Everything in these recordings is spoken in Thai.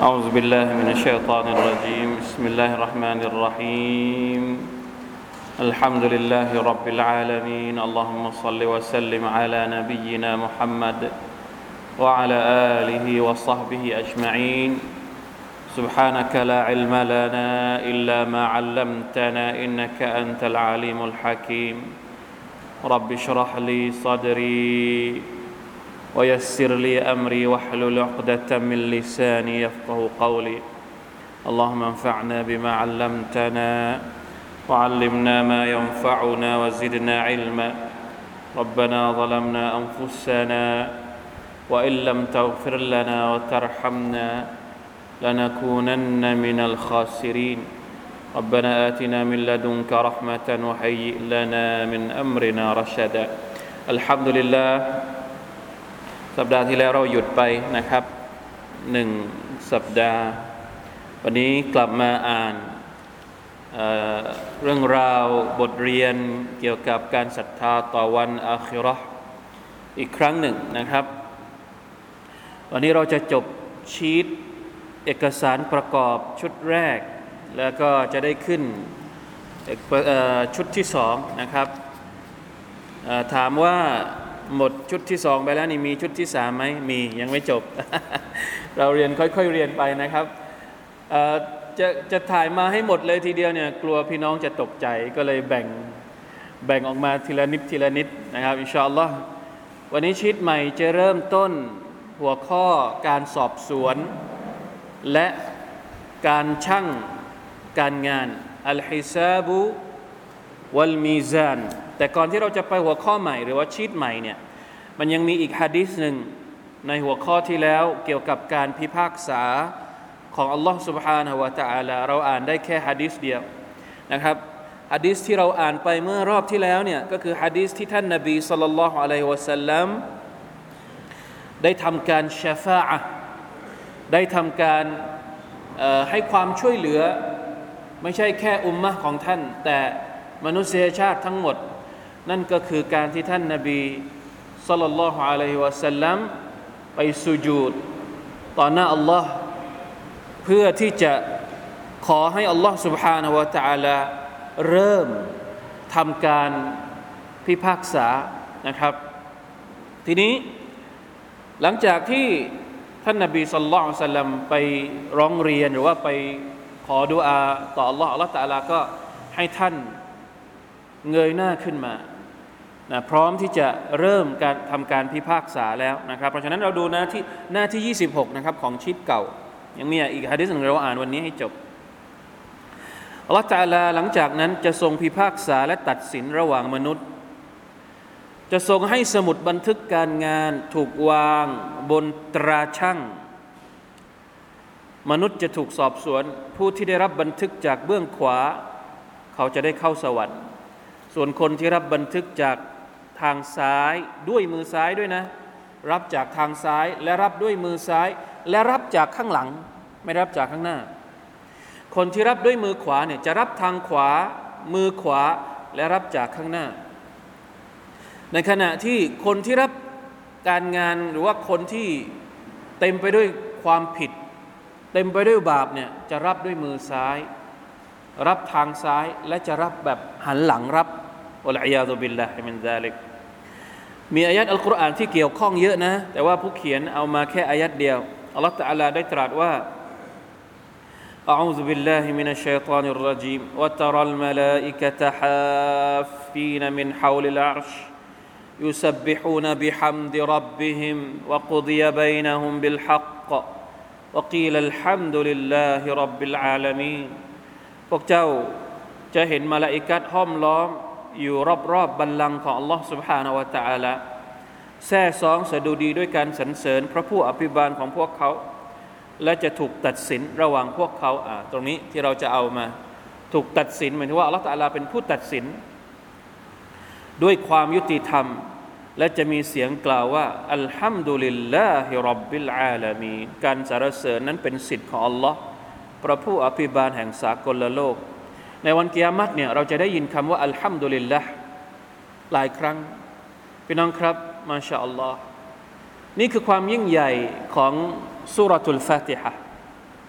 أعوذ بالله من الشيطان الرجيم بسم الله الرحمن الرحيم الحمد لله رب العالمين اللهم صل وسلم على نبينا محمد وعلى آله وصحبه أجمعين سبحانك لا علم لنا إلا ما علمتنا إنك أنت العليم الحكيم رب اشرح لي صدري ويسر لي أمري واحلل عقدة من لساني يفقه قولي اللهم انفعنا بما علمتنا وعلمنا ما ينفعنا وزدنا علما ربنا ظلمنا أنفسنا وإن لم تغفر لنا وترحمنا لنكونن من الخاسرين ربنا آتنا من لدنك رحمة وهيئ لنا من أمرنا رشدا الحمد للهสัปดาห์ที่แล้วเราหยุดไปนะครับ1สัปดาห์วันนี้กลับมาอ่านเรื่องราวบทเรียนเกี่ยวกับการศรัทธาต่อวันอาคิเราะห์อีกครั้งหนึ่งนะครับวันนี้เราจะจบชีทเอกสารประกอบชุดแรกแล้วก็จะได้ขึ้นชุดที่2นะครับถามว่าหมดชุดที่2ไปแล้วนี่มีชุดที่3ไหมมียังไม่จบ เราเรียนค่อยๆเรียนไปนะครับจะถ่ายมาให้หมดเลยทีเดียวเนี่ยกลัวพี่น้องจะตกใจก็เลยแบ่งออกมาทีละนิดนะครับอินชาอัลลอฮ์วันนี้ชีทใหม่จะเริ่มต้นหัวข้อการสอบสวนและการชั่งการงานอัลฮิซาบุวัลมีซานแต่ก่อนที่เราจะไปหัวข้อใหม่หรือว่าชีทใหม่เนี่ยมันยังมีอีกหะดีษหนึ่งในหัวข้อที่แล้วเกี่ยวกับการพิพากษาของอัลลอฮฺ سبحانه และ تعالى เราอ่านได้แค่หะดีษเดียวนะครับหะดีษที่เราอ่านไปเมื่อรอบที่แล้วเนี่ยก็คือหะดีษที่ท่านนบีศ็อลลัลลอฮุอะลัยฮิวะซัลลัมได้ทำการชะฟาอะห์ได้ทำการให้ความช่วยเหลือไม่ใช่แค่อุมมะห์ของท่านแต่มนุษยชาติทั้งหมดนั่นก็คือการที่ท่านนบีศ็อลลัลลอฮุอะลัยฮิวะซัลลัมไปสุญูดต่อหน้าอัลลอฮ์เพื่อที่จะขอให้อัลลอฮ์ سبحانه และ تعالى เริ่มทำการพิพากษานะครับทีนี้หลังจากที่ท่านนบีศ็อลลัลลอฮุอะลัยฮิวะซัลลัมไปร้องเรียนหรือว่าไปขอดุอาต่ออัลลอฮ์อัลลอฮ์ตะอาลาก็ให้ท่านเงยหน้าขึ้นมานะพร้อมที่จะเริ่มการทำการพิพากษาแล้วนะครับเพราะฉะนั้นเราดูหน้าที่26นะครับของชีทเก่ายังมีอีกหะดีษหนึ่งเราอ่านวันนี้ให้จบอัลเลาะห์ตะอาลาหลังจากนั้นจะทรงพิพากษาและตัดสินระหว่างมนุษย์จะทรงให้สมุดบันทึกการงานถูกวางบนตราชั่งมนุษย์จะถูกสอบสวนผู้ที่ได้รับบันทึกจากเบื้องขวาเขาจะได้เข้าสวรรค์ส่วนคนที่รับบันทึกจากทางซ้ายด้วยมือซ้ายด้วยนะรับจากทางซ้ายและรับด้วยมือซ้ายและรับจากข้างหลังไม่รับจากข้างหน้าคนที่รับด้วยมือขวาเนี่ยจะรับทางขวามือขวาและรับจากข้างหน้าในขณะที่คนที่รับการงานหรือว่าคนที่เต็มไปด้วยความผิดเต็มไปด้วยบาปเนี่ยจะรับด้วยมือซ้ายรับทางซ้ายและจะรับแบบหันหลังรับวะลัยยาซุบิลลาฮิมินซาลิกมีอายะห์อัลกุรอานที่เกี่ยวข้องเยอะนะแต่ว่าผู้เขียนเอามาแค่อายะห์เดียวอัลเลาะห์ตะอาลาได้ตรัสว่าอะอูซุบิลลาฮิมินัชชัยฏอนิรเราะญีมวะตะรัลมะลาอิกะตะฮาฟฟีนมินฮาวลิลอัรชยุซับบิฮูนบิฮัมดิร็อบบิฮิมวะกุฎิยะบัยนะฮุมบิลฮักวะกีลอัลฮัมดุลิลลาฮิร็อบบิลอาลามีนพวกเจ้าจะเห็นมลาอิกะฮ์ห้อมล้อมอยู่รอบๆบัลลังก์ของอัลลอฮ์ سبحانه และ تعالى แซ่ซ้องสดุดีด้วยการสรรเสริญพระผู้อภิบาลของพวกเขาและจะถูกตัดสินระหว่างพวกเขาตรงนี้ที่เราจะเอามาถูกตัดสินหมายถึงว่าอัลลอฮ์ تعالى เป็นผู้ตัดสินด้วยความยุติธรรมและจะมีเสียงกล่าวว่าอัลฮัมดุลิลลาฮิร็อบบิลอาลามีนการสรรเสริญนั้นเป็นสิทธิ์ของอัลลอฮ์พระผู้อภิบาลแห่งสากลโลกในวันกิยามะฮ์เนี่ยเราจะได้ยินคำว่าอัลฮัมดุลิลลาห์หลายครั้งพี่น้องครับมาชาอัลลอฮ์นี่คือความยิ่งใหญ่ของซูเราะตุลฟาติฮะห์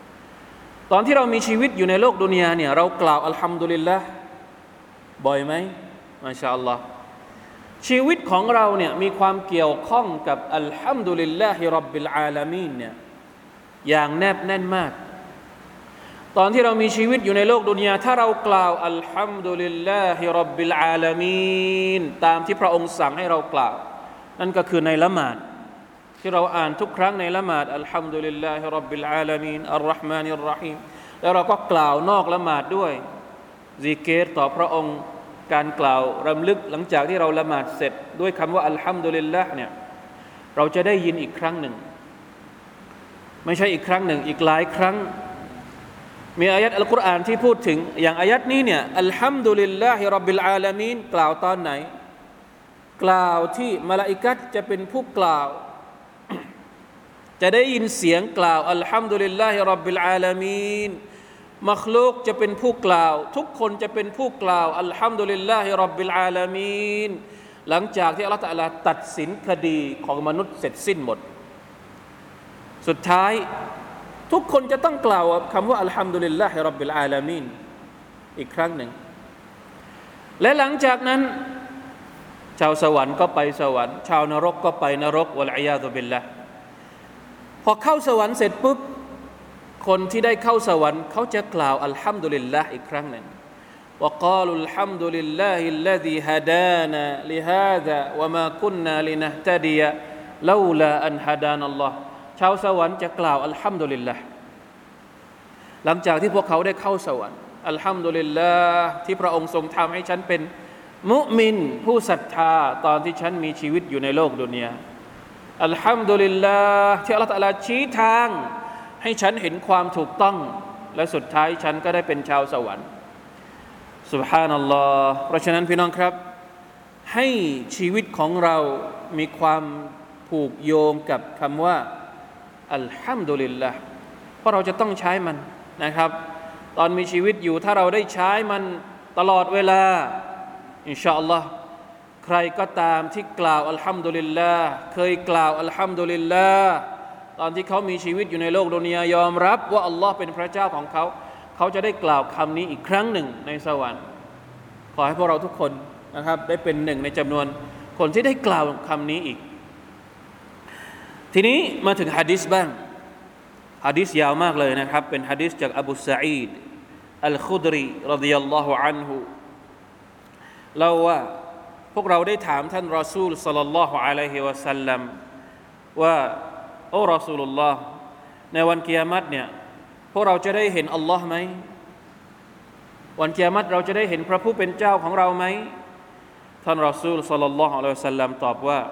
ตอนที่เรามีชีวิตอยู่ในโลกดุนยาเนี่ยเรากล่าวอัลฮัมดุลิลละห์บ่อยไหมมาชาอัลลอฮ์ชีวิตของเราเนี่ยมีความเกี่ยวข้องกับอัลฮัมดุลิลลาฮิร็อบบิลอาลามีนเนี่ยอย่างแนบแน่นมากตอนที่เรามีชีวิตอยู่ในโลกดุนยาถ้าเรากล่าวอัลฮัมดุลิลลาฮิร็อบบิลอาลามีนตามที่พระองค์สั่งให้เรากล่าวนั่นก็คือในละหมาดที่เราอ่านทุกครั้งในละหมาดอัลฮัมดุลิลลาฮิร็อบบิลอาลามีนอัรเราะห์มานิรเราะฮีมแล้วเราก็กล่าวนอกละหมาดด้วยซิกรต่อพระองค์การกล่าวรำลึกหลังจากที่เราละหมาดเสร็จด้วยคำว่าอัลฮัมดุลิลลาห์เนี่ยเราจะได้ยินอีกครั้งหนึ่งไม่ใช่อีกครั้งหนึ่งอีกหลายครั้งมีอายะห์อัลกุรอานที่พูดถึงอย่างอายะห์นี้เนี่ยอัลฮัมดุลิลลาฮิร็อบบิลอาลามีนกล่าวตอนไหนกล่าวที่มลาอิกะฮ์จะเป็นผู้กล่าวจะได้ยินเสียงกล่าวอัลฮัมดุลิลลาฮิร็อบบิลอาลามีนมัคลุกจะเป็นผู้กล่าวทุกคนจะเป็นผู้กล่าวอัลฮัมดุลิลลาฮิร็อบบิลอาลามีนหลังจากที่อัลเลาะห์ตะอาลาตัดสินคดีของมนุษย์เสร็จสิ้นหมดสุดท้ายทุกคนจะต้องกล่าวคำว่าอัลฮัมดุลิลลาฮิร็อบบิลอาลามีนอีกครั้งหนึ่งและหลังจากนั้นชาวสวรรค์ก็ไปสวรรค์ชาวนรกก็ไปนรกวัลอียาซุบิลลาห์พอเข้าสวรรค์เสร็จปุ๊บคนที่ได้เข้าสวรรค์เขาจะกล่าวอัลฮัมดุลิลลาห์อีกครั้งหนึ่งوقالوا الحمد لله الذي هدانا لهذا وما كنا لنهتدي لولا أن هدانا الله ชาวสวรรค์จะกล่าวอัลฮัมดุลิลลาห์หลังจากที่พวกเขาได้เข้าสวรรค์อัลฮัมดุลิลลาห์ที่พระองค์ทรงทำให้ฉันเป็นมุมินผู้ศรัทธาตอนที่ฉันมีชีวิตอยู่ในโลกดุนยาอัลฮัมดุลิลลาห์ที่อัลเลาะห์ตะอาลาชี้ทางให้ฉันเห็นความถูกต้องและสุดท้ายฉันก็ได้เป็นชาวสวรรค์ซุบฮานัลลอฮ์เพราะฉะนั้นพี่น้องครับให้ชีวิตของเรามีความผูกโยงกับคำว่าอัลฮัมดุลิลลาห์เพราะเราจะต้องใช้มันนะครับตอนมีชีวิตอยู่ถ้าเราได้ใช้มันตลอดเวลาอินชาอัลลอฮ์ใครก็ตามที่กล่าวอัลฮัมดุลิลลาห์เคยกล่าวอัลฮัมดุลิลลาห์ตอนที่เขามีชีวิตอยู่ในโลกดุนยายอมรับว่าอัลลอฮ์เป็นพระเจ้าของเขาเขาจะได้กล่าวคำนี้อีกครั้งหนึ่งในสวรรค์ขอให้พวกเราทุกคนนะครับได้เป็นหนึ่งในจำนวนคนที่ได้กล่าวคำนี้อีกทีนี้มาถึงหะดีษบ้างหะดีษยาวมากเลยนะครับเป็นหะดีษจากอบูซะอีดอัลคุดรีรฎิยัลลอฮุอันฮุเล่าว่าพวกเราได้ถามท่านรอซูลศ็อลลัลลอฮุอะลัยฮิวะซัลลัมว่าโอ้รอซูลุลลอฮ์ในวันกิยามะฮ์เนี่ยพวกเราจะได้เห็นอัลลอฮ์ไหมวันกิยามะฮ์เราจะได้เห็นพระผู้เป็นเจ้าของเราไหมท่านรอซูลศ็อลลัลลอฮุอะลัยฮิวะซัลลัมตอบว่า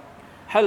هل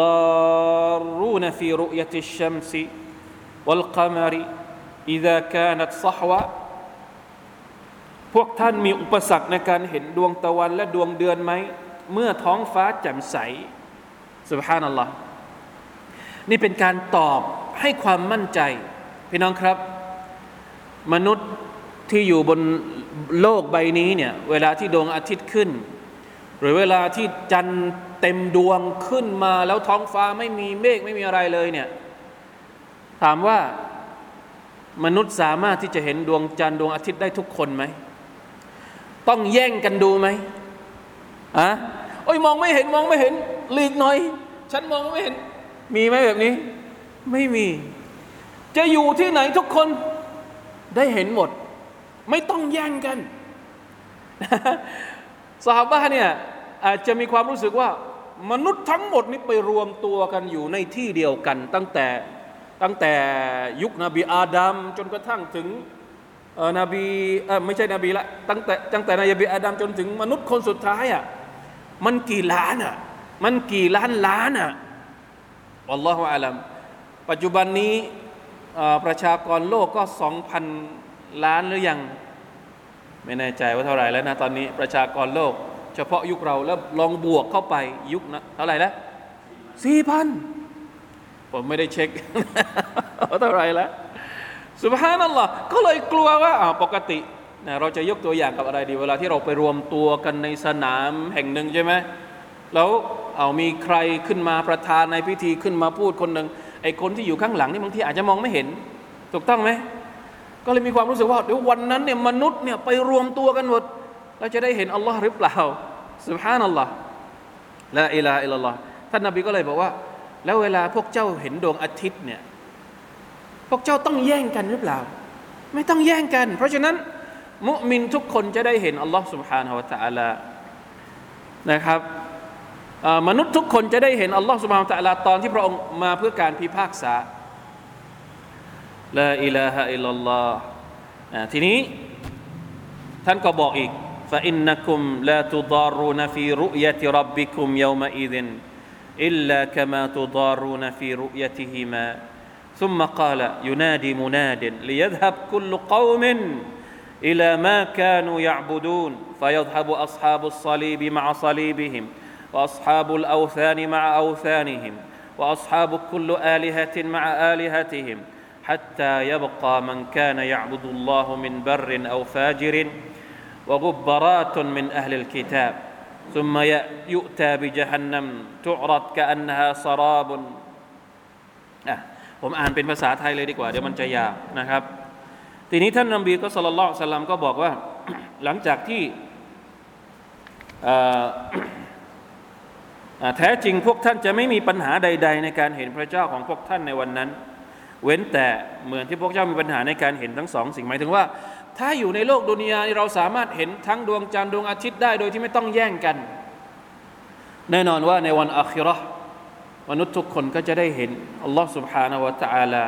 تضارون في رؤية الشمس والقمر إذا كانت صحوة พวกท่านมีอุปสรรคในการเห็นดวงตะวันและดวงเดือนไหมเมื่อท้องฟ้าแจ่มใสซุบฮานัลลอฮ์นี่เป็นการตอบให้ความมั่นใจพี่น้องครับมนุษย์ที่อยู่บนโลกใบนี้เนี่ยเวลาที่ดวงอาทิตย์ขึ้นหรือเวลาที่จันทร์เต็มดวงขึ้นมาแล้วท้องฟ้าไม่มีเมฆไม่มีอะไรเลยเนี่ยถามว่ามนุษย์สามารถที่จะเห็นดวงจันทร์ดวงอาทิตย์ได้ทุกคนไหมต้องแย่งกันดูไหมโอ้ยมองไม่เห็นหลีกหน่อยฉันมองไม่เห็นมีไหมแบบนี้ไม่มีจะอยู่ที่ไหนทุกคนได้เห็นหมดไม่ต้องแย่งกันซอฮาบะห์เนี่ยอาจจะมีความรู้สึกว่ามนุษย์ทั้งหมดนี้ไปรวมตัวกันอยู่ในที่เดียวกันตั้งแต่ยุคนบีอาดัมจนกระทั่งถึงนบีไม่ใช่นบีละตั้งแต่นบีอาดัมจนถึงมนุษย์คนสุดท้ายอ่ะมันกี่ล้านอ่ะมันกี่ล้านอ่ะอัลลอฮฺอาลัมปัจจุบันนี้ประชากรโลกก็ 2,000 ล้านหรือยังไม่แน่ใจว่าเท่าไหร่แล้วนะตอนนี้ประชากรโลกเฉพาะยุคเราแล้วลองบวกเข้าไปยุคนะเท่าไหร่แล้ว 4,000 ผมไม่ได้เช็ค เท่าไหร่แล้วซุบฮานัลลอฮ์ก็เลยกลัวว่าปกตินะเราจะยกตัวอย่างกับอะไรดีเวลาที่เราไปรวมตัวกันในสนามแห่งหนึ่งใช่ไหมแล้วมีใครขึ้นมาประธานในพิธีขึ้นมาพูดคนหนึ่งไอ้คนที่อยู่ข้างหลังนี่บางทีอาจจะมองไม่เห็นถูกต้องไหมก็เลยมีความรู้สึกว่าเดี๋ยววันนั้นเนี่ยมนุษย์เนี่ยไปรวมตัวกันหมดเราจะได้เห็นอัลลอฮ์หรือเปล่าซุบฮานัลลอฮ์ลาอิลาฮะอิลลัลลอฮ์ท่านนบีก็เลยบอกว่าแล้วเวลาพวกเจ้าเห็นดวงอาทิตย์เนี่ยพวกเจ้าต้องแย่งกันหรือเปล่าไม่ต้องแย่งกันเพราะฉะนั้นมุมินทุกคนจะได้เห็นอัลลอฮ์ซุบฮานะฮูวะตะอาลานะครับมนุษย์ทุกคนจะได้เห็นอัลลอฮ์ซุบฮานะฮูวะตะอาลาตอนที่พระองค์มาเพื่อการพิพากษาลาอิลาฮะอิลลัลลอฮ์ทีนี้ท่านก็บอกอีก فإنكم لا تضارون في رؤية ربكم يومئذ إلا كما تضارون في رؤيتهما ثم قال ينادي مناد ليذهب كل قوم إلى ما كانوا يعبدون فيذهب أصحاب الصليب مع صليبهم وأصحاب الأوثان مع أوثانهم وأصحاب كل آلهة مع آلهتهم حتى يبقى من كان يعبد الله من بر أو فاجر وغبرات من أهل الكتاب ثم يؤتى بجهنم تعرض كأنها سراب ผมอ่านเป็นภาษาไทยเลยดีกว่าเดี๋ยวมันจะยาวนะครับทีนี้ท่านนบีก็ศ็อลลัลลอฮุอะลัยฮิวะซัลลัมก็บอกว่า หลังจากที่แท้จริงพวกท่านจะไม่มีปัญหาใดๆในการเห็นพระเจ้าของพวกท่านในวันนั้นเว้นแต่เหมือนที่พวกเจ้ามีปัญหาในการเห็นทั้งสองสิ่งหมายถึงว่าถ้าอยู่ในโลกดุนยาเราสามารถเห็นทั้งดวงจันทร์ดวงอาทิตย์ได้โดยที่ไม่ต้องแย่งกันแน่นอนว่าในวันอาคิเราะห์มนุษย์ทุกคนก็จะได้เห็นอัลลอฮฺ سبحانه และ تعالى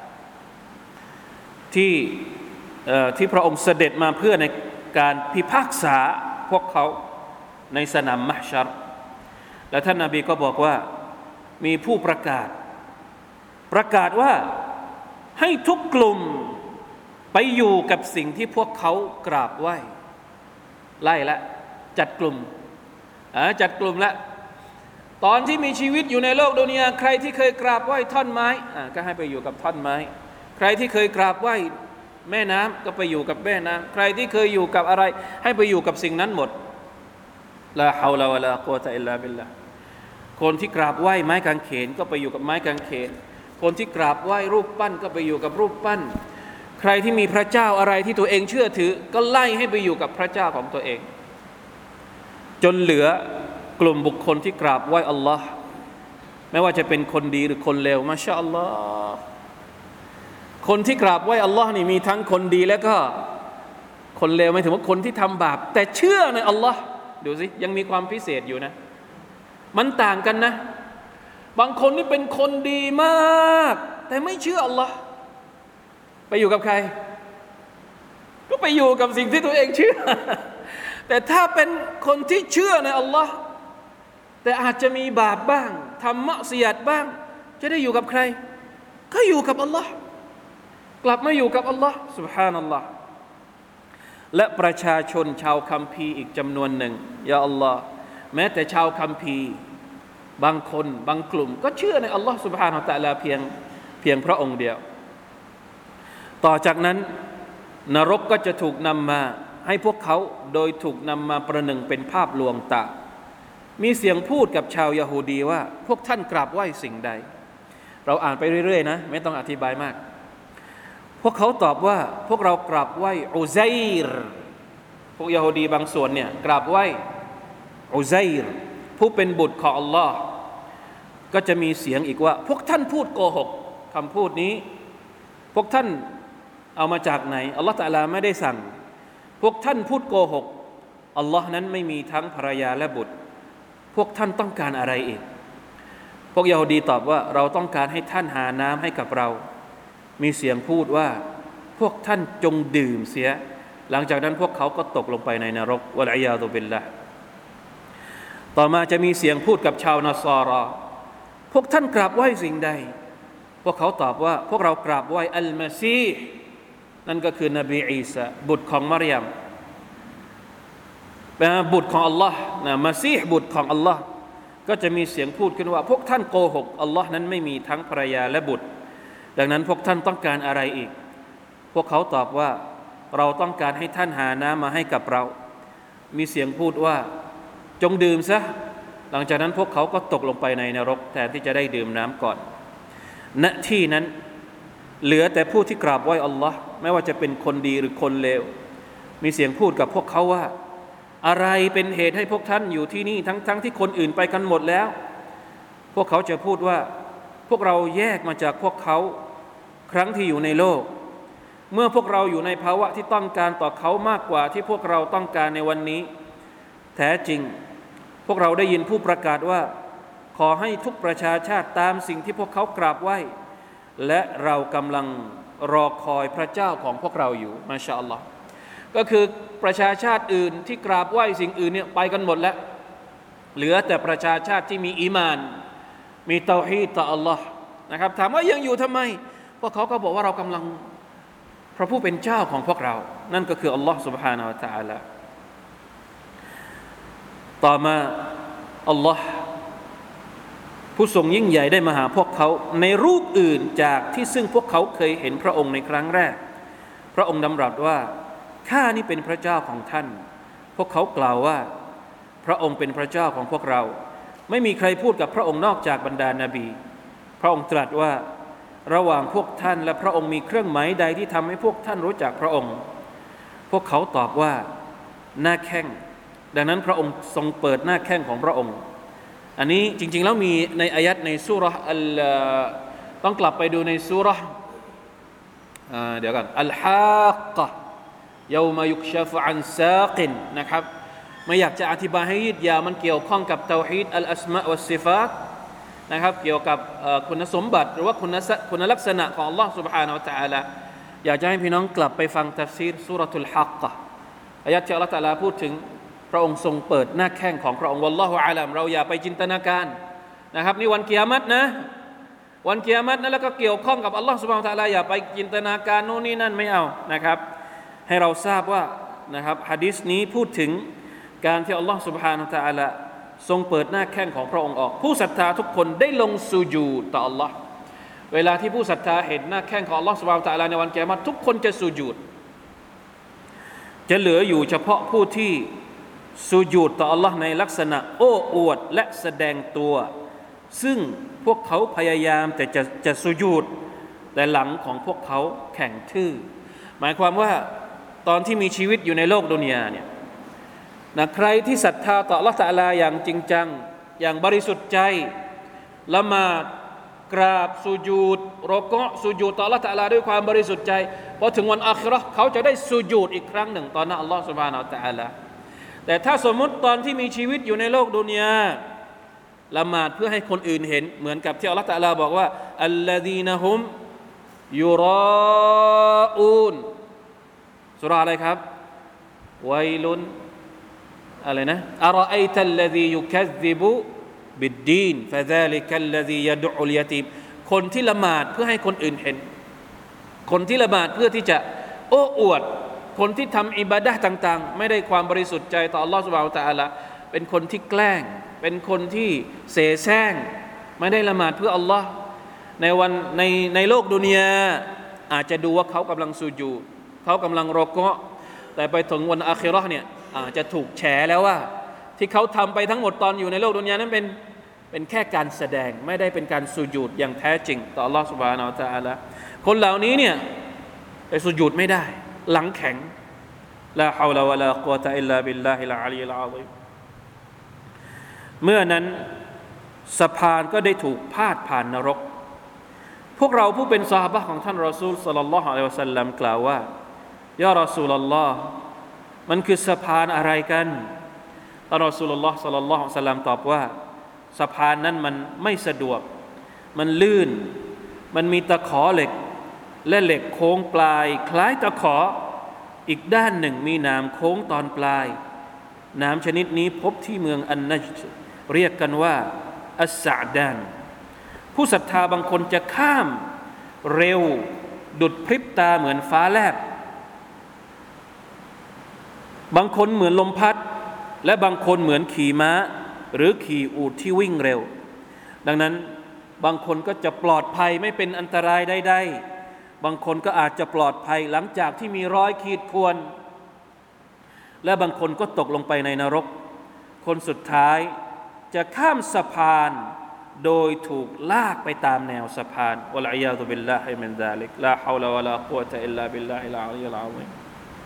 ที่พระองค์เสด็จมาเพื่อในการพิพากษาพวกเขาในสนามมัฮชัรและท่านนบีก็บอกว่ามีผู้ประกาศว่าให้ทุกกลุ่มไปอยู่กับสิ่งที่พวกเขากราบไหว้ไล่ละจัดกลุ่มละตอนที่มีชีวิตอยู่ในโลกดุนยาใครที่เคยกราบไหว้ท่อนไม้ก็ให้ไปอยู่กับท่อนไม้ใครที่เคยกราบไหว้แม่น้ำก็ไปอยู่กับแม่น้ำใครที่เคยอยู่กับอะไรให้ไปอยู่กับสิ่งนั้นหมดลาฮาวลาวะลากุวะตะอิลลาบิลลาห์คนที่กราบไหว้ไม้กางเขนก็ไปอยู่กับไม้กางเขนคนที่กราบไหว้รูปปั้นก็ไปอยู่กับรูปปั้นใครที่มีพระเจ้าอะไรที่ตัวเองเชื่อถือก็ไล่ให้ไปอยู่กับพระเจ้าของตัวเองจนเหลือกลุ่มบุคคลที่กราบไหว้อัลลอฮ์ไม่ว่าจะเป็นคนดีหรือคนเลวมาชาอัลลอฮ์คนที่กราบไหว้อัลลอฮ์นี่มีทั้งคนดีแล้วก็คนเลวหมายถึงว่าคนที่ทำบาปแต่เชื่อในอัลลอฮ์ดูสิยังมีความพิเศษอยู่นะมันต่างกันนะบางคนนี่เป็นคนดีมากแต่ไม่เชื่ออัลลอฮ์ไปอยู่กับใครก็ไปอยู่กับสิ่งที่ตัวเองเชื่อแต่ถ้าเป็นคนที่เชื่อในอัลลอฮ์แต่อาจจะมีบาปบ้างทำมะซิยัตบ้างจะได้อยู่กับใครก็อยู่กับอัลลอฮ์กลับมาอยู่กับอัลลอฮ์ซุบฮานัลลอฮ์และประชาชนชาวคัมภีร์อีกจำนวนหนึ่งยาอัลลอฮ์แม้แต่ชาวคัมภีร์บางคนบางกลุ่มก็เชื่อในอัลลอฮ์ซุบฮานะฮูวะตะอาลาเพียงพระองค์เดียวต่อจากนั้นนรกก็จะถูกนำมาให้พวกเขาโดยถูกนำมาประหนึ่งเป็นภาพลวงตามีเสียงพูดกับชาวยะฮูดีว่าพวกท่านกราบไหว้สิ่งใดเราอ่านไปเรื่อยๆนะไม่ต้องอธิบายมากพวกเขาตอบว่าพวกเรากราบไหว้อุซัยรพวกยะฮูดีบางส่วนเนี่ยกราบไหว้อุซัยรผู้เป็นบุตรของอัลลอฮ์ก็จะมีเสียงอีกว่าพวกท่านพูดโกหกคำพูดนี้พวกท่านเอามาจากไหนอัลลอฮ์ตะอาลาไม่ได้สั่งพวกท่านพูดโกหกอัลลอฮ์นั้นไม่มีทั้งภรรยาและบุตรพวกท่านต้องการอะไรอีกพวกยะฮูดีตอบว่าเราต้องการให้ท่านหาน้ำให้กับเรามีเสียงพูดว่าพวกท่านจงดื่มเสียหลังจากนั้นพวกเขาก็ตกลงไปในนรกวะลัยยาซุบิลละห์ต่อมาจะมีเสียงพูดกับชาวนัสรอพวกท่านกราบไหว้สิ่งใดพวกเขาตอบว่าพวกเรากราบไหว้อัลมาซีฮ์นั่นก็คือนบีอีสาบุตรของมารยมบุตรของอัลลอฮ์นะมาซีฮ์บุตรของอัลลอฮ์ก็จะมีเสียงพูดขึ้นว่าพวกท่านโกหกอัลลอฮ์นั้นไม่มีทั้งภรรยาและบุตรดังนั้นพวกท่านต้องการอะไรอีกพวกเขาตอบว่าเราต้องการให้ท่านหาน้ำมาให้กับเรามีเสียงพูดว่าจงดื่มซะหลังจากนั้นพวกเขาก็ตกลงไปในนรกแทนที่จะได้ดื่มน้ำก่อนณที่นั้นเหลือแต่ผู้ที่กราบไหว้อัลลอฮ์ไม่ว่าจะเป็นคนดีหรือคนเลวมีเสียงพูดกับพวกเขาว่าอะไรเป็นเหตุให้พวกท่านอยู่ที่นี่ทั้งที่คนอื่นไปกันหมดแล้วพวกเขาจะพูดว่าพวกเราแยกมาจากพวกเขาครั้งที่อยู่ในโลกเมื่อพวกเราอยู่ในภาวะที่ต้องการต่อเขามากกว่าที่พวกเราต้องการในวันนี้แท้จริงพวกเราได้ยินผู้ประกาศว่าขอให้ทุกประชาชาติตามสิ่งที่พวกเขากราบไหว้และเรากำลังรอคอยพระเจ้าของพวกเราอยู่มาชาอัลลอฮ์ก็คือประชาชาติอื่นที่กราบไหว้สิ่งอื่นเนี่ยไปกันหมดแล้วเหลือแต่ประชาชาติที่มีอีมานมีเตาฮีดต่ออัลลอฮ์นะครับถามว่ายังอยู่ทำไมพวกเขาก็บอกว่าเรากำลังพระผู้เป็นเจ้าของพวกเรานั่นก็คืออัลลอฮ์ سبحانه และ تعالى ต่อมาอัลลอฮ์ผู้ทรงยิ่งใหญ่ได้มาหาพวกเขาในรูปอื่นจากที่ซึ่งพวกเขาเคยเห็นพระองค์ในครั้งแรกพระองค์ดำรัสว่าข้านี่เป็นพระเจ้าของท่านพวกเขากล่าวว่าพระองค์เป็นพระเจ้าของพวกเราไม่มีใครพูดกับพระองค์นอกจากบรรดานาบีพระองค์ตรัสว่าระหว่างพวกท่านและพระองค์มีเครื่องหมายใดที่ทำให้พวกท่านรู้จักพระองค์พวกเขาตอบว่าหน้าแข้งดังนั้นพระองค์ทรงเปิดหน้าแข้งของพระองค์อันนี้จริงๆแล้วมีในอายัดในซูเราะห์ต้องกลับไปดูในซูเราะห์เดี๋ยวกันอัลฮากกะยาวมายุกชาฟอันซากินนะครับไม่อยากจะอธิบายให้ยืดยาวมันเกี่ยวข้องกับเตาฮีดอัลอัสมาวัสซิฟาตนะครับเกี่ยวกับคุณสมบัติหรือว่าคุณลักษณะของ Allah سبحانه และ تعالى อยากจะให้พี่น้องกลับไปฟังตัฟซีรซูเราะตุลฮักกะอายะห์ที่ Allah تعالى พูดถึงพระองค์ทรงเปิดหน้าแข้งของพระองค์วัลลอฮุอาลัมเราอย่าไปจินตนาการนะครับนี่วันกิยามะฮ์นะวันกิยามะฮ์นะแล้วก็เกี่ยวข้องกับ Allah سبحانه และ تعالى อย่าไปจินตนาการโน่นนี่นั่นไม่เอานะครับให้เราทราบว่านะครับหะดีษนี้พูดถึงการที่ Allah سبحانه และ تعالى ทรงเปิดหน้าแข้งของพระองค์ออกผู้ศรัทธาทุกคนได้ลงสุญูดต่อ Allah เวลาที่ผู้ศรัทธาเห็นหน้าแข้งของ Allah سبحانه และ تعالى ในวันกิยามะฮ์ทุกคนจะสุญูดจะเหลืออยู่เฉพาะผู้ที่สุญูดต่อ Allah ในลักษณะโอ้อวดและแสดงตัวซึ่งพวกเขาพยายามแต่จะสุญูดแต่หลังของพวกเขาแข็งทื่อหมายความว่าตอนที่มีชีวิตอยู่ในโลกดุนยาเนี่ยนะใครที่ศรัทธาต่อ Allah ตะอาลาอย่างจริงจังอย่างบริสุทธิ์ใจละหมาดกราบสุญูดรอกะสุญูดต่อ Allah ตะอาลาด้วยความบริสุทธิ์ใจพอถึงวันอาคิเราะห์เขาจะได้สุญูดอีกครั้งหนึ่งต่อหน้า Allah سبحانه และ تعالى แต่ถ้าสมมุติตอนที่มีชีวิตอยู่ในโลกดุนยาละหมาดเพื่อให้คนอื่นเห็นเหมือนกับที่ Allah ตะอาลาบอกว่าอัลลซีนะฮุมยุราอูนซูเราะห์อะไรครับวัยลุนอะไรนะอะรออัยตัลลซียุคัซซิบุบิดดีนฟะซาลิกัลลซียะดุอุลยะตีมคนที่ละหมาดเพื่อให้คนอื่นเห็นคนที่ละหมาดเพื่อที่จะโอ้อวดคนที่ทำอิบาดะห์ต่างๆไม่ได้ความบริสุทธิ์ใจต่อ Allah سبحانه และ تعالى เป็นคนที่แกล้งเป็นคนที่เสแสร้งไม่ได้ละหมาดเพื่อ Allah ในโลกดุนยาอาจจะดูว่าเขากำลังสุญูดเขากำลังรอกะแต่ไปถึงวันอาคิเราะห์เนี่ยอาจจะถูกแฉแล้วว่าที่เขาทำไปทั้งหมดตอนอยู่ในโลกดุนยานั้นเป็นแค่การแสดงไม่ได้เป็นการสุญูดอย่างแท้จริงต่อ Allah سبحانه และ تعالى คนเหล่านี้เนี่ยไปสุญูดไม่ได้หลังแข็งลาฮาวลาวะลากุวะตะอิลลาบิลลาฮิลอะลียิลอะซีมเมื่อนั้นสะพานก็ได้ถูกพาดผ่านนรกพวกเราผู้เป็นซอฮาบะห์ของท่านรอซูลศ็อลลัลลอฮุอะลัยฮิวะซัลลัมกล่าวว่ายารอซูลุลลอฮ์มันคือสะพานอะไรกันท่านรอซูลุลลอฮ์ศ็อลลัลลอฮุอะลัยฮิวะซัลลัมตอบว่าสะพานนั้นมันไม่สะดวกมันลื่นมันมีตะขอเหล็กและเหล็กโค้งปลายคล้ายตะขออีกด้านหนึ่งมีหนามโค้งตอนปลายหนามชนิดนี้พบที่เมืองอันนัจด์เรียกกันว่าอัสซะดานผู้ศรัทธาบางคนจะข้ามเร็วดุจพริบตาเหมือนฟ้าแลบบางคนเหมือนลมพัดและบางคนเหมือนขี่ม้าหรือขี่อูฐที่วิ่งเร็วดังนั้นบางคนก็จะปลอดภัยไม่เป็นอันตรายใดๆบางคนก็อาจจะปลอดภัยหลังจากที่มีรอยขีดข่วนและบางคนก็ตกลงไปในนรกคนสุดท้ายจะข้ามสะพานโดยถูกลากไปตามแนวสะพานวะลัยยาตุบิลลาฮิมินซาลิกลาฮาวละวะลากุวะตะอิลลาบิลลาฮิลอะลียิลอะซีม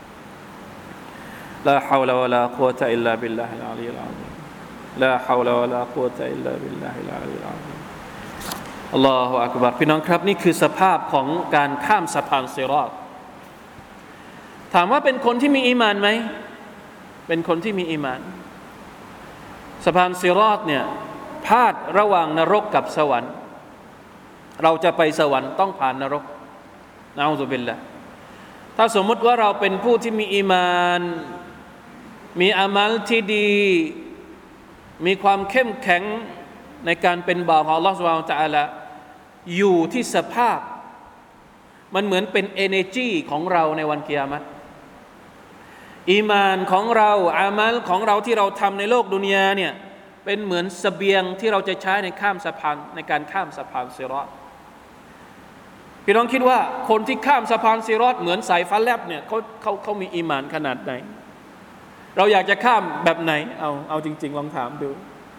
ลาฮาวละวะลากุวะตะอิลลาบิลลาฮิลอะลียิลอะซีมลาฮาวละวะลากุวะตะอิลลาบิลลาฮิลอะลียิลอะซีมอัลลอฮุอักบัรพี่น้องครับนี่คือสภาพของการข้ามสะพานซิรอฏถามว่าเป็นคนที่มีอีหม่านไหมเป็นคนที่มีอีหม่านสะพานซิรอฏเนี่ยพาดระหว่างนรกกับสวรรค์เราจะไปสวรรค์ต้องผ่านนรกนะอูซุบิลละถ้าสมมุติว่าเราเป็นผู้ที่มีอีหม่านมีอามัลที่ดีมีความเข้มแข็งในการเป็นบ่าวของอัลเลาะห์ซุบฮานะฮูวะตะอาลาอยู่ที่สภาพมันเหมือนเป็น energy ของเราในวันกิยามะฮ์อีหม่านของเราอามัลของเราที่เราทำในโลกดุนยาเนี่ยเป็นเหมือนเสบียงที่เราจะใช้ในข้ามสะพานในการข้ามสะพานซิรอฏพี่น้องคิดว่าคนที่ข้ามสะพานซิรอฏเหมือนสายฟ้าแลบเนี่ยเขามีอีหม่านขนาดไหนเราอยากจะข้ามแบบไหนเอาจริงๆลองถามดู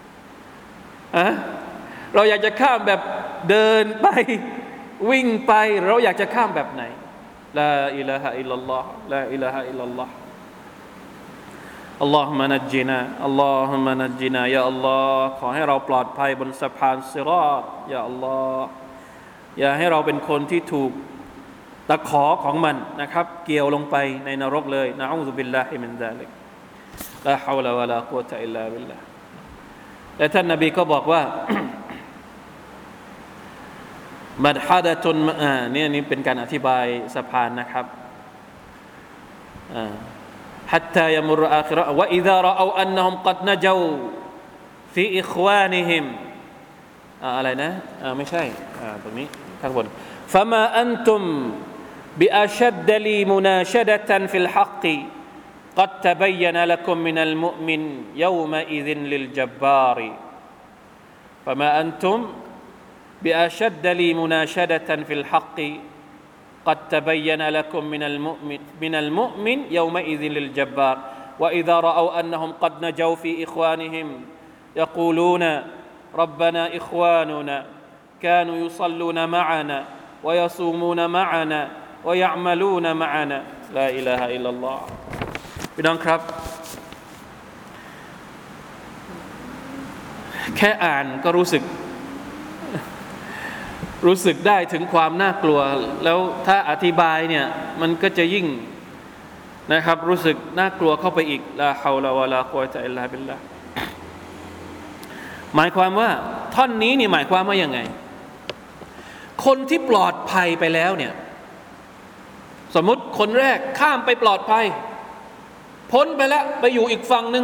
เราอยากจะข้ามแบบเดินไปวิ่งไปเราอยากจะข้ามแบบไหนลาอิลาฮะอิลลัลลอฮ์ลาอิลาฮะอิลลัลลอฮ์อัลลอฮุมะนัจญินาอัลลอฮุมะนัจญินายาอัลลอฮ์ขอให้เราปลอดภัยบนสะพานซิรอฏยาอัลลอฮ์อย่าให้เราเป็นคนที่ถูกตะขอของมันนะครับเกี่ยวลงไปในนรกเลยนะอูซุบิลลาฮิมินซาลิกลาฮาวละวะลากุวะตะอิลลาบิลลาห์และท่านนบีก็บอกว่ามัดฮะดะตุนนี่เป็นการอธิบายสะพานนะครับحتى يمر آخرة وإذا رأوا أنهم قد نجوا في إخوانهم อะไรนะไม่ใช่ตรงนี้ข้างบน فما أنتم بأشد لي مناشدة في الحق قد تبين لكم من المؤمن يومئذ للجبار فما أنتم بأشد لي مناشدة في الحق قد تبين لكم من المؤمن يومئذ للجبار وإذا رأوا أنهم قد نجوا في إخوانهم يقولون ربنا إخواننا كانوا يصلون معنا ويصومون معنا ويعملون معنا لا إله إلا الله พี่น้องครับแค่อ่านก็รู้สึกได้ถึงความน่ากลัวแล้วถ้าอธิบายเนี่ยมันก็จะยิ่งนะครับรู้สึกน่ากลัวเข้าไปอีกลาฮาวลาวะลากุวะตะอิลลาบิลลาห์หมายความว่าท่อนนี้นี่หมายความว่ายังไงคนที่ปลอดภัยไปแล้วเนี่ยสมมุติคนแรกข้ามไปปลอดภัยพ้นไปแล้วไปอยู่อีกฝั่งนึง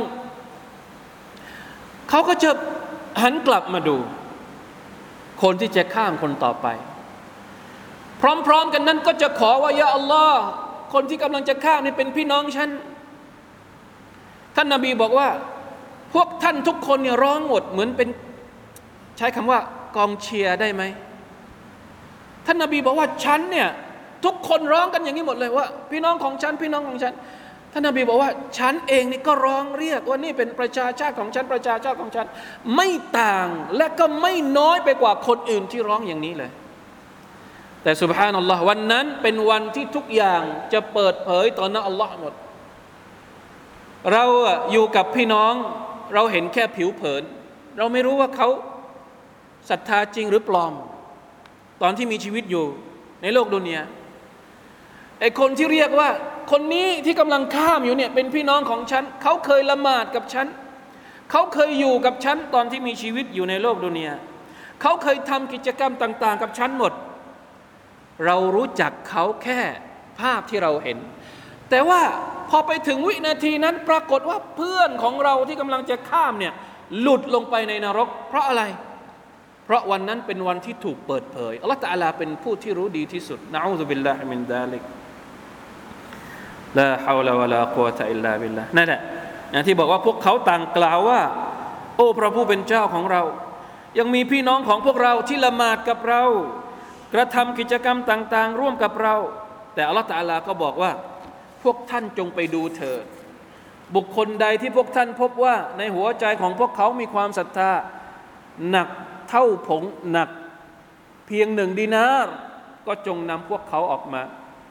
เขาก็จะหันกลับมาดูคนที่จะข้ามคนต่อไปพร้อมๆกันนั้นก็จะขอว่ายาอัลลอฮ์คนที่กำลังจะข้ามนี่เป็นพี่น้องฉันท่านนบีบอกว่าพวกท่านทุกคนเนี่ยร้องหมดเหมือนเป็นใช้คำว่ากองเชียร์ได้ไหมท่านนบีบอกว่าฉันเนี่ยทุกคนร้องกันอย่างนี้หมดเลยว่าพี่น้องของฉันพี่น้องของฉันท่านนบีบอกว่าฉันเองนี่ก็ร้องเรียกว่านี่เป็นประชาชาติของฉันประชาชาติของฉันไม่ต่างและก็ไม่น้อยไปกว่าคนอื่นที่ร้องอย่างนี้เลยแต่ซุบฮานัลลอฮ์วันนั้นเป็นวันที่ทุกอย่างจะเปิดเผยต่อหน้าอัลลอฮ์หมดเราอยู่กับพี่น้องเราเห็นแค่ผิวเผินเราไม่รู้ว่าเขาศรัทธาจริงหรือปลอมตอนที่มีชีวิตอยู่ในโลกดุนยาไอ้คนที่เรียกว่าคนนี้ที่กำลังข้ามอยู่เนี่ยเป็นพี่น้องของฉันเขาเคยละหมาดกับฉันเขาเคยอยู่กับฉันตอนที่มีชีวิตอยู่ในโลกดุนยาเขาเคยทำกิจกรรมต่างๆกับฉันหมดเรารู้จักเขาแค่ภาพที่เราเห็นแต่ว่าพอไปถึงวินาทีนั้นปรากฏว่าเพื่อนของเราที่กำลังจะข้ามเนี่ยหลุดลงไปในนรกเพราะอะไรเพราะวันนั้นเป็นวันที่ถูกเปิดเผยอัลเลาะห์ตะอาลาเป็นผู้ที่รู้ดีที่สุดนะอูซุบิลลาฮิมินซาลิกลาฮาวละวะลากุวะตะอิลลาบิลลาห์นั่นแหละที่บอกว่าพวกเขาต่างกล่าวว่าโอ้พระผู้เป็นเจ้าของเรายังมีพี่น้องของพวกเราที่ละหมาดกับเรากระทำกิจกรรมต่างๆร่วมกับเราแต่อัลเลาะห์ตะอาลาก็บอกว่าพวกท่านจงไปดูเถิดบุคคลใดที่พวกท่านพบว่าในหัวใจของพวกเขามีความศรัทธาหนักเท่าผงหนักเพียง1 ดินาร์ก็จงนำพวกเขาออกมา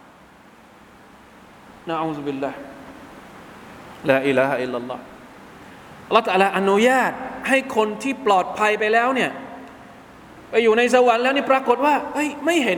นะอูซุบิลลาห์ลาอิลาฮะอิลลัลลอฮ์อัลเลาะห์ตะอาลาอนุญาตให้คนที่ปลอดภัยไปแล้วเนี่ยไปอยู่ในสวรรค์แล้วนี่ปรากฏว่าไม่เห็น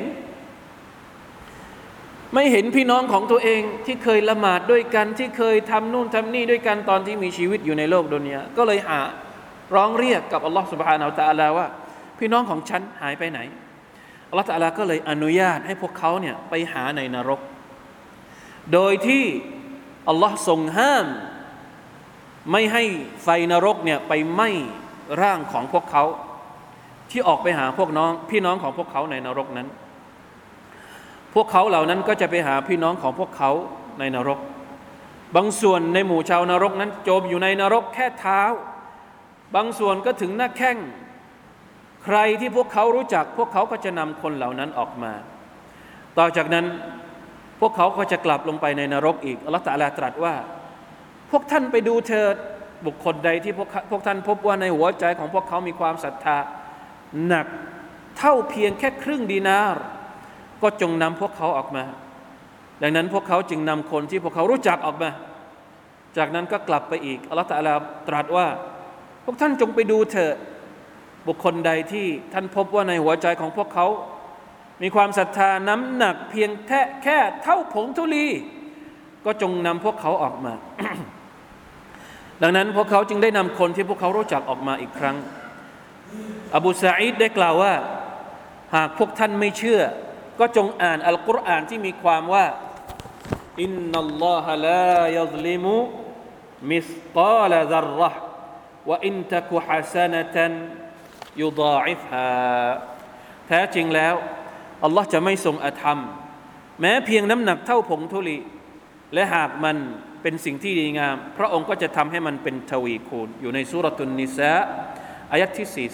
พี่น้องของตัวเองที่เคยละหมาดด้วยกันที่เคยทำนู่นทำนี่ด้วยกันตอนที่มีชีวิตอยู่ในโลกดุนยาก็เลยร้องเรียกกับอัลลอฮฺ سبحانه และ تعالى ว่าพี่น้องของฉันหายไปไหนอัลลอฮฺ تعالى ก็เลยอนุญาตให้พวกเขาเนี่ยไปหาในนรกโดยที่อัลลอฮฺทรงห้ามไม่ให้ไฟนรกเนี่ยไปไหม้ร่างของพวกเขาที่ออกไปหาพี่น้องของพวกเขาในนรกนั้นพวกเขาเหล่านั้นก็จะไปหาพี่น้องของพวกเขาในนรกบางส่วนในหมู่ชาวนรกนั้นจมอยู่ในนรกแค่เท้าบางส่วนก็ถึงหน้าแข้งใครที่พวกเขารู้จักพวกเขาก็จะนำคนเหล่านั้นออกมาต่อจากนั้นพวกเขาก็จะกลับลงไปในนรกอีกอัลเลาะห์ตะอาลาตรัสว่าพวกท่านไปดูเถิดบุคคลใดที่พวกท่านพบว่าในหัวใจของพวกเขามีความศรัทธาหนักเท่าเพียงแค่ครึ่งดินาร์ก็จงนำพวกเขาออกมาดังนั้นพวกเขาจึงนำคนที่พวกเขารู้จักออกมาจากนั้นก็กลับไปอีกอัลเลาะห์ตะอาลาตรัสว่าพวกท่านจงไปดูเถิดบุคคลใดที่ท่านพบว่าในหัวใจของพวกเขามีความศรัทธาน้ำหนักเพียงแค่เท่าผงธุลีก็จงนำพวกเขาออกมา ดังนั้นพวกเขาจึงได้นำคนที่พวกเขารู้จักออกมาอีกครั้งอบูซะอีดได้กล่าวว่าหากพวกท่านไม่เชื่อก็จงอ่านอัลกุรอานที่มีความว่าอินนัลลอฮะลายัซลิมุมิสกาลซัรเราะห์วะอินตะกุฮะซะนะตันยุฎาอิฟฮาแท้จริงแล้วอัลลอฮ์จะไม่ทรงอธรรมแม้เพียงน้ำหนักเท่าผงธุลีและหากมันเป็นสิ่งที่ดีงามพระองค์ก็จะทำให้มันเป็นทวีคูณอยู่ในซูเราะตุนนิสาอายะห์ที่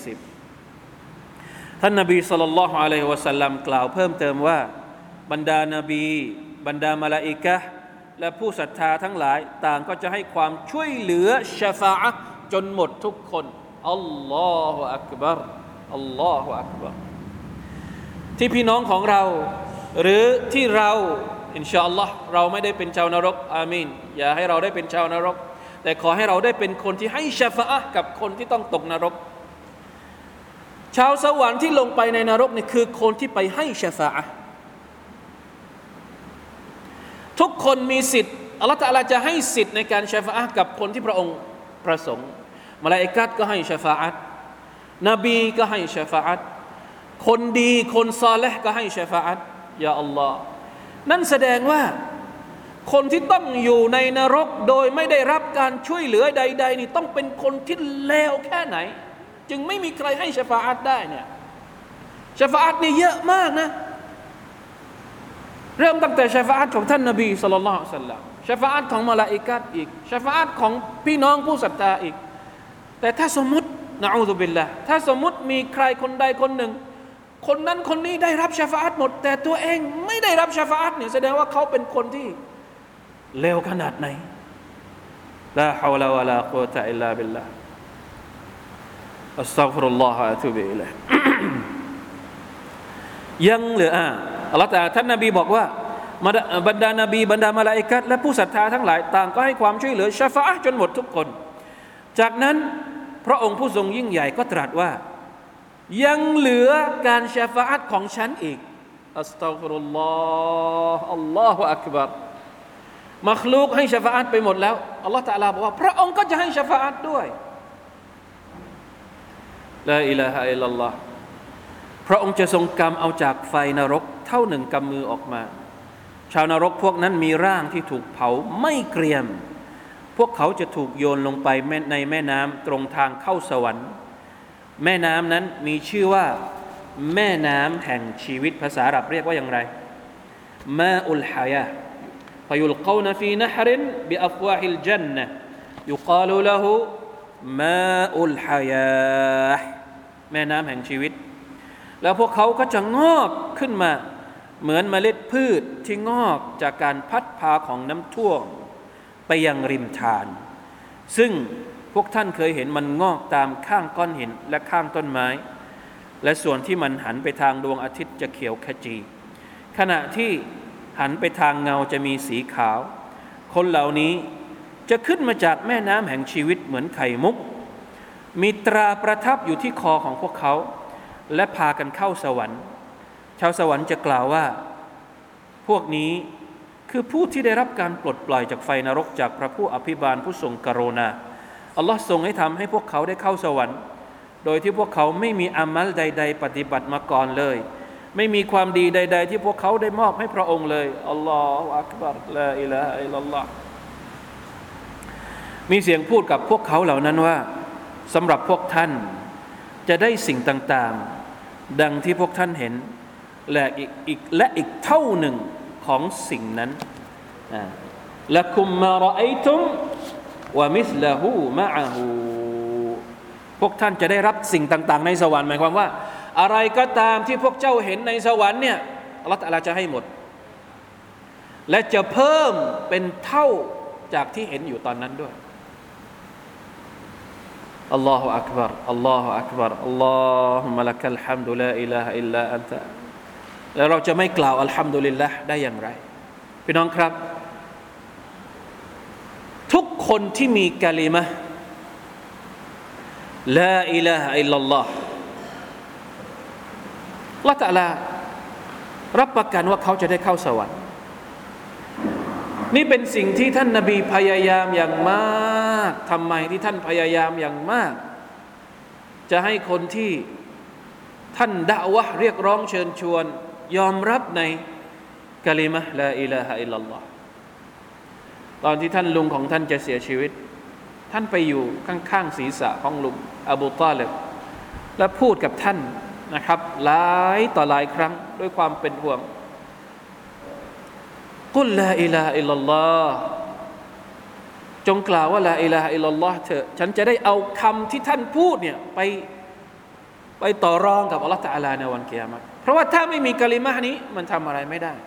40ท่านนบีศ็อลลัลลอฮุอะลัยฮิวะซัลลัมกล่าวเพิ่มเติมว่าบรรดานบีบรรดามลาอิกะฮ์และผู้ศรัทธาทั้งหลายต่างก็จะให้ความช่วยเหลือชะฟาอะห์จนหมดทุกคนอัลลอฮุอักบัรอัลลอฮุอักบัรที่พี่น้องของเราหรือที่เราอินชาอัลลอฮ์เราไม่ได้เป็นชาวนรกอามีนอย่าให้เราได้เป็นชาวนรกแต่ขอให้เราได้เป็นคนที่ให้ชะฟาอะห์กับคนที่ต้องตกนรกชาวสวรรค์ที่ลงไปในนรกนี่คือคนที่ไปให้ชะฟาอะห์ทุกคนมีสิทธิ์อัลเลาะห์ตะอาลาจะให้สิทธิ์ในการชะฟาอะห์กับคนที่พระองค์ประสงค์มลาอิกะฮ์ก็ให้ชะฟาอะห์นบีก็ให้ชะฟาอะห์คนดีคนซอลิห์ก็ให้ชะฟาอะห์ยาอัลลอฮ์นั่นแสดงว่าคนที่ต้องอยู่ในนรกโดยไม่ได้รับการช่วยเหลือใดๆนี่ต้องเป็นคนที่เลวแค่ไหนจึงไม่มีใครให้ชะฟาอะห์ได้เนี่ยชะฟาอะห์นี่เยอะมากนะเริ่มตั้งแต่ชะฟาอะห์ของท่านนบีศ็อลลัลลอฮุอะลัยฮิวะซัลลัมชะฟาอะห์ของมลาอิกะฮ์อีกชะฟาอะห์ของพี่น้องผู้ศรัทธาอีกแต่ถ้าสมมุตินะอูซุบิลลาห์ถ้าสมมุติมีใครคนใดคนหนึ่งคนนั้นคนนี้ได้รับชะฟาอะห์หมดแต่ตัวเองไม่ได้รับชะฟาอะห์เนี่ยแสดงว่าเขาเป็นคนที่เลวขนาดไหนลาฮาวลาวะลากุวะตะอิลลาบิลลาห์อัสตัฆฟิรุลลอฮะอะตูบิอิลัยฮิยังเหลืออัลเลาะห์ตะอาลาท่านนบีบอกว่าบรรดานบีบรรดามลาอิกะฮ์และผู้ศรัทธาทั้งหลายต่างก็ให้ความช่วยเหลือชะฟาอะห์จนหมดทุกคนจากนั้นพระองค์ผู้ทรงยิ่งใหญ่ก็ตรัสว่ายังเหลือการชะฟาอะห์ของฉันอีกอัสตัฆฟิรุลลอฮ์อัลลอฮุอักบัรมัคลูกให้ชะฟาอะห์ไปหมดแล้วอัลเลาะห์ตะอาลาบอกว่าพระองค์ก็จะให้ชะฟาอะห์ด้วยลาอิลาฮะอิลลัลลอฮ์พระองค์จะทรงกำเอาจากไฟนรกเท่าหนึ่งกำมือออกมาชาวนรกพวกนั้นมีร่างที่ถูกเผาไม่เกรียมพวกเขาจะถูกโยนลงไปในแม่น้ำตรงทางเข้าสวรรค์แม่น้ำนั้นมีชื่อว่าแม่น้ำแห่งชีวิตภาษาอาหรับเรียกว่าอย่างไรมาอุลฮายะฟะยุลกาวนะฟีนะฮรินบิอัฟวาฮิลญันนะฮ์ยุกาลูละฮูมาอุลฮายะแม่น้ำแห่งชีวิตแล้วพวกเขาก็จะงอกขึ้นมาเหมือนเมล็ดพืชที่งอกจากการพัดพาของน้ำท่วมไปยังริมทานซึ่งพวกท่านเคยเห็นมันงอกตามข้างก้อนหินและข้างต้นไม้และส่วนที่มันหันไปทางดวงอาทิตย์จะเขียวขจีขณะที่หันไปทางเงาจะมีสีขาวคนเหล่านี้จะขึ้นมาจากแม่น้ำแห่งชีวิตเหมือนไข่มุกมีตราประทับอยู่ที่คอของพวกเขาและพากันเข้าสวรรค์ชาวสวรรค์จะกล่าวว่าพวกนี้คือผู้ที่ได้รับการปลดปล่อยจากไฟนรกจากพระผู้อภิบาลผู้ทรงกรุณาอัลลอฮ์ทรงให้ทำให้พวกเขาได้เข้าสวรรค์โดยที่พวกเขาไม่มีอามัลใดๆปฏิบัติมาก่อนเลยไม่มีความดีใดๆที่พวกเขาได้มอบให้พระองค์เลยอัลลอฮฺอักบัรลาอิลาฮะอิลลัลลอฮ์มีเสียงพูดกับพวกเขาเหล่านั้นว่าสำหรับพวกท่านจะได้สิ่งต่างๆดังที่พวกท่านเห็นและอีกเท่าหนึ่งของสิ่งนั้นละกุมมาเราะอัยตุมวะมิสละฮูมะอะฮูพวกท่านจะได้รับสิ่งต่างๆในสวรรค์หมายความว่าอะไรก็ตามที่พวกเจ้าเห็นในสวรรค์เนี่ยอัลเลาะห์ตะอาลาจะให้หมดและจะเพิ่มเป็นเท่าจากที่เห็นอยู่ตอนนั้นด้วยอัลลอฮฺอักบัรอัลลอฮฺอักบัรอัลลอฮุมะลักัลฮัมดุลาอิลาฮะอิลลาอันตะแล้วเราจะไม่กล่าวอัลฮัมดุลิลละห์ได้อย่างไรพี่น้องครับทุกคนที่มีกะลิมะห์ลาอิลาฮะอิลลัลลอฮ์อัลเลาะห์ตะอาลารับประกันว่าเขาจะได้เข้าสวรรค์นี่เป็นสิ่งที่ท่านนบีพยายามอย่างมากทำไมที่ท่านพยายามอย่างมากจะให้คนที่ท่านดะอ์วะห์เรียกร้องเชิญชวนยอมรับในกะลิมะห์ลาอิลาฮะอิลลัลลอฮ์ตอนที่ท่านลุงของท่านจะเสียชีวิตท่านไปอยู่ข้างๆศีรษะของลุงอบูฏอลิบและพูดกับท่านนะครับหลายต่อหลายครั้งด้วยความเป็นห่วงกุลลาอิลาฮะอิลลัลลอฮ์จงกล่าวว่าลาอิลาฮะอิลลัลลอฮ์เถอะฉันจะได้เอาคำที่ท่านพูดเนี่ยไปต่อรองกับอัลเลาะห์ตะอาลาในวันกิยามะฮ์เพราะว่าถ้าไม่มีกะลิมะห์นี้มันทำอะไรไม่ได้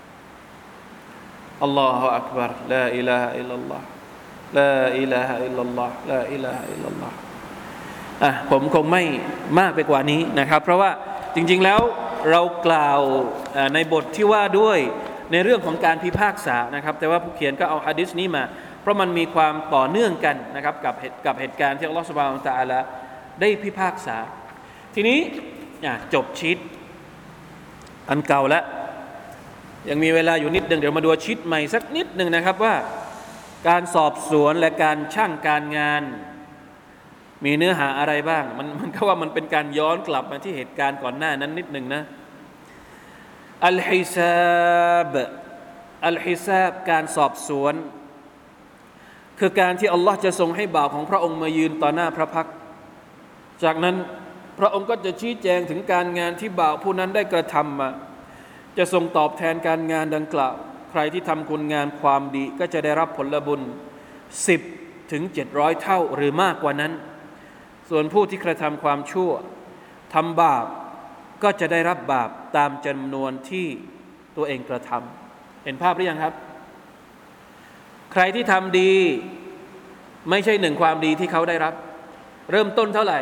อัลลอฮฺอักบัรลาอิลาฮะอิลลัลลอฮ์ลาอิลาฮะอิลลัลลอฮ์ลาอิลาฮะอิลลัลลอฮ์ผมคงไม่มากไปกว่านี้นะครับเพราะว่าจริงๆแล้วเรากล่าวในบทที่ว่าด้วยในเรื่องของการพิพากษานะครับแต่ว่าผู้เขียนก็เอาหะดีษนี้มาเพราะมันมีความต่อเนื่องกันนะครับกับเหตุการณ์ที่อัลลอฮฺซุบฮานะฮูวะตะอาลาได้พิพากษาทีนี้จบชีทอันเก่าแล้วยังมีเวลาอยู่นิดนึงเดี๋ยวมาดูชีทใหม่สักนิดนึงนะครับว่าการสอบสวนและการช่างการงานมีเนื้อหาอะไรบ้างมันก็ว่ามันเป็นการย้อนกลับมาที่เหตุการณ์ก่อนหน้านั้นนิดนึงนะอัลฮิซาบการสอบสวนคือการที่อัลลอฮ์จะทรงให้บ่าวของพระองค์มายืนต่อหน้าพระพักตร์จากนั้นพระองค์ก็จะชี้แจงถึงการงานที่บ่าวผู้นั้นได้กระทำมาจะทรงตอบแทนการงานดังกล่าวใครที่ทำคุณงานความดีก็จะได้รับผลบุญ10 ถึง 700 เท่าหรือมากกว่านั้นส่วนผู้ที่กระทำความชั่วทำบาปก็จะได้รับบาปตามจำนวนที่ตัวเองกระทำเห็นภาพหรือยังครับใครที่ทำดีไม่ใช่1ความดีที่เขาได้รับเริ่มต้นเท่าไหร่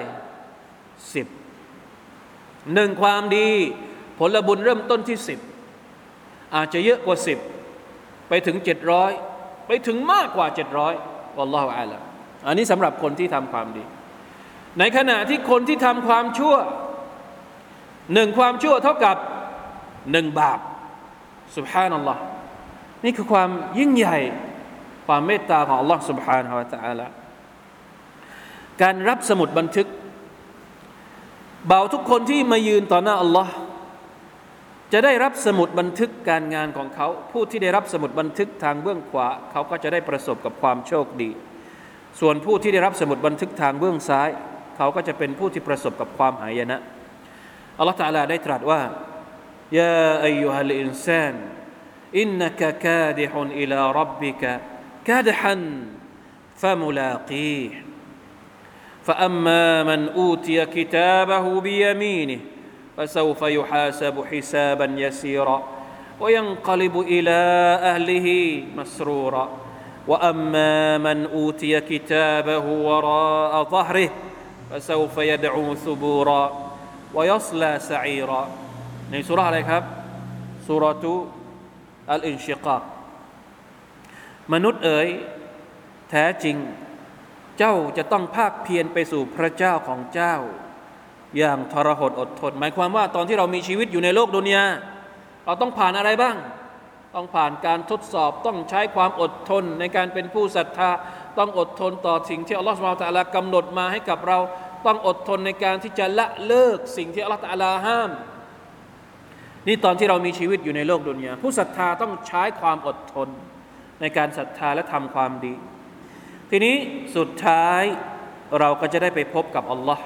10 1ความดีผลบุญเริ่มต้นที่10อาจจะเยอะกว่า10ไปถึง700ไปถึงมากกว่า700วัลลอฮุอาลัมอันนี้สำหรับคนที่ทำความดีในขณะที่คนที่ทำความชั่ว1ความชั่วเท่ากับ1บาปซุบฮานัลลอฮ์นี่คือความยิ่งใหญ่ความเมตตาของอัลลอฮ์ซุบฮานะฮูวะตะอาลาการรับสมุดบันทึกบ่าวทุกคนที่มายืนต่อหน้าอัลลอฮ์จะได้รับสมุดบันทึกการงานของเขาผู้ที่ได้รับสมุดบันทึกทางเบื้องขวาเขาก็จะได้ประสบกับความโชคดีส่วนผู้ที่ได้รับสมุดบันทึกทางเบื้องซ้ายเขาก็จะเป็นผู้ที่ประสบกับความหายนะอัลลอฮฺตะอาลาได้ตรัสว่ายาอัยยูฮัลอินซานอินนักกาดิฮุนอิลาร็อบบิกะกาดฮันฟะมุลากีฮ์فأما من أوتي كتابه بيمينه فسوف يحاسب حسابا يسيرا وينقلب إلى أهله مسرورا وأما من أوتي كتابه وراء ظهره فسوف يدعو ثبورا วะยัศลาซะอีรอในซูเราะห์อะไรครับซูเราะตุอัลอินชิกากมนุษย์เอ๋ยแท้จริงเจ้าจะต้องภาคเพียรไปสู่พระเจ้าของเจ้าอย่างทรหดอดทนหมายความว่าตอนที่เรามีชีวิตอยู่ในโลกดุนยาเราต้องผ่านอะไรบ้างต้องผ่านการทดสอบต้องใช้ความอดทนในการเป็นผู้ศรัทธาต้องอดทนต่อสิ่งที่อัลลอฮฺซุบฮานะฮูวะตะอาลากำหนดมาให้กับเราต้องอดทนในการที่จะละเลิกสิ่งที่อัลลอฮฺตะอาลาห้ามนี่ตอนที่เรามีชีวิตอยู่ในโลกดุนยาผู้ศรัทธาต้องใช้ความอดทนในการศรัทธาและทำความดีทีนี้สุดท้ายเราก็จะได้ไปพบกับอัลลอฮ์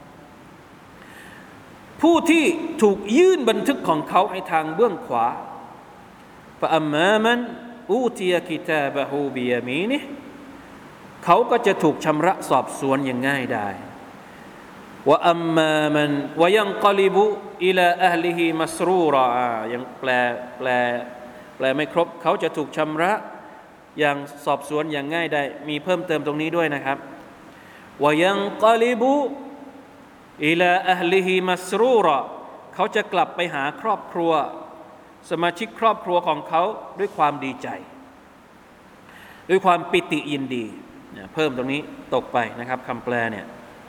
ผู้ที่ถูกยื่นบันทึกของเขาให้ทางเบื้องขวาฟะอัมมามันอูติยะกิตาบะฮูบิยามีนิเขาก็จะถูกชำระสอบสวนอย่างง่ายดายวะอัมมามันวะยันกลิบุอิลาอะห์ลิฮิมัสรูรอยังแปลไม่ครบเขาจะถูกชำระอย่างสอบสวนอย่างง่ายได้มีเพิ่มเติมตรงนี้ด้วยนะครับวะยังกลิบุอิลาอะห์ลิฮิมัสรูรอเขาจะกลับไปหาครอบครัวสมาชิกครอบครัวของเขาด้วยความดีใจด้วยความปิติยินดีเพิ่มตรงนี้ตกไปนะครับคำแปลเนี่ย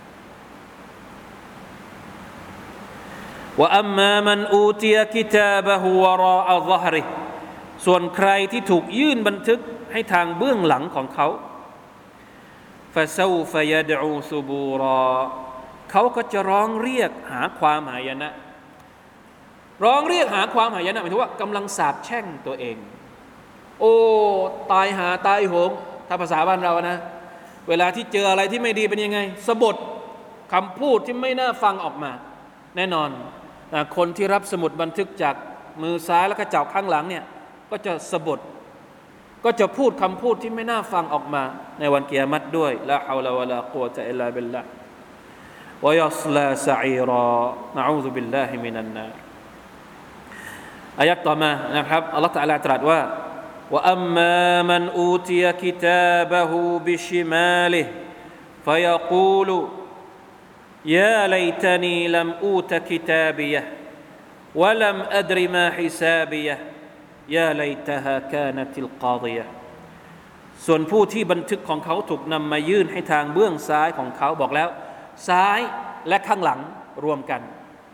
ว่าอัมมามันอูติยะกิตาบะฮูวะรออัลซะฮริส่วนใครที่ถูกยื่นบันทึกให้ทางเบื้องหลังของเขาฟะซอฟะยะดอูซุบูรอเขาก็จะร้องเรียกหาความหายนะร้องเรียกหาความหายนะหมายถึงว่ากำลังสาปแช่งตัวเองโอ้ตายหาตายโหงถ้าภาษาบ้านเรานะเวลาที่เจออะไรที่ไม่ดีเป็นยังไงสบถคำพูดที่ไม่น่าฟังออกมาแน่นอนคนที่รับสมุดบันทึกจากมือซ้ายแล้วก็จับข้างหลังเนี่ยก็จะสบถก็จะพูดคำพูดที่ไม่น่าฟังออกมาในวันกิยามะฮ์ด้วยลาฮาวลาวะลากุวะตะอิลลาบิลลาฮ์วะยัศลาซะอีรอนะอูซุบิลลาฮิมินันนารอายะห์ต่อมานะครับอัลเลาะห์ตะอาลาตรัสว่าوأما من أوتي كتابه بشماله فيقول يا ليتني لم أوت كتابيه ولم أدر ما حسابيه يا ليتها كانت القاضية ส่วนผู้ที่บันทึกของเขาถูกนำมายื่นให้ทางเบื้องซ้ายของเขาบอกแล้วซ้ายและข้างหลังรวมกัน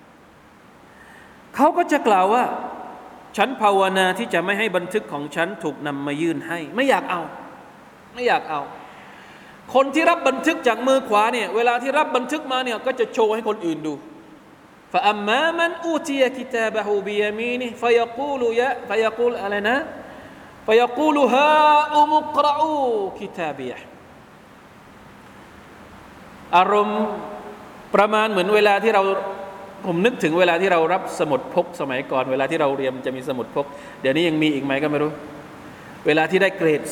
เขาก็จะกล่าวว่าฉันภาวนาที่จะไม่ให้บันทึกของฉันถูกนำมายื่นให้ไม่อยากเอาคนที่รับบันทึกจากมือขวาเนี่ยเวลาที่รับบันทึกมาเนี่ยก็จะโชว์ให้คนอื่นดูฟะอัมมามันอูติยะกิตาบะฮูบิยามีนิฟะยะกูลอะไรนะฟะยะกูลฮาอุมุกรออูกิตาบิยะอารมณ์ประมาณเหมือนเวลาที่ผมนึกถึงเวลาที่เรารับสมุดพกสมัยก่อนเวลาที่เราเรียนจะมีสมุดพกเดี๋ยวนี้ยังมีอีกไหมก็ไม่รู้เวลาที่ได้เกรด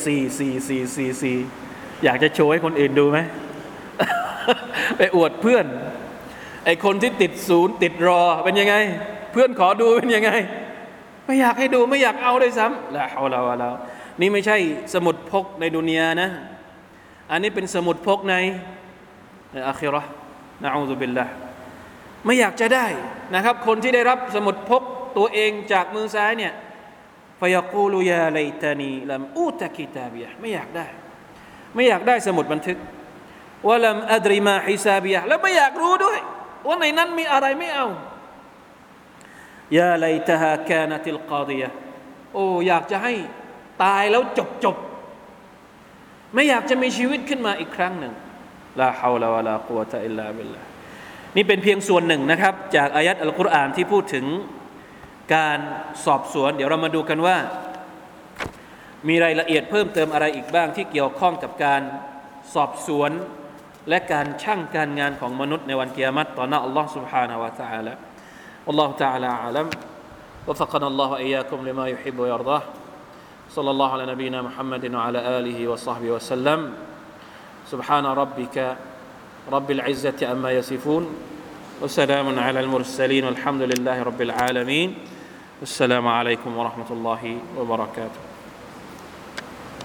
4 อยากจะโชว์ให้คนอื่นดูไหม ไปอวดเพื่อนไอ้คนที่ติด0ติดรอเป็นยังไงเพื่อนขอดูเป็นยังไงไม่อยากให้ดูไม่อยากเอาด้วยซ้ำละฮาวลาวะลานี่ไม่ใช่สมุดพกในดุนยานะอันนี้เป็นสมุดพกในอาคิเราะห์นะอูซุบิลลาห์ไม่อยากจะได้นะครับคนที่ได้รับสมุดพกตัวเองจากมือซ้ายเนี่ยฟะยะกูลูยาไลตานีลัมอูตะกิตาบิยะไม่อยากได้สมุดบันทึกวะลัมอัดริมาฮิซาบิยะแล้วไม่อยากรู้ด้วยว่าในนั้นมีอะไรไม่เอายาไลตะฮากานะติลกอฎิยะโอ้อยากจะให้ตายแล้วจบไม่อยากจะมีชีวิตขึ้นมาอีกครั้งหนึ่งลาฮาวลาวะลากุวะตะอิลลาบิลลาห์นี่เป็นเพียงส่วนหนึ่งนะครับจากอายะห์อัลกุรอานที่พูดถึงการสอบสวนเดี๋ยวเรามาดูกันว่ามีรายละเอียดเพิ่มเติมอะไรอีกบ้างที่เกี่ยวข้องกับการสอบสวนและการชั่งการงานของมนุษย์ในวันกิยามะฮ์ต่อหน้าอัลลอฮ์ سبحانه และ تعالى والله تعالى أعلم وفقنا الله وإياكم لما يحب ويرضاه صلى الله على نبينا محمد وعلى آله وصحبه وسلم سبحان ربك رب العزة عما يصفون وسلام على المرسلين والحمد لله رب العالمين والسلام عليكم ورحمة الله وبركاته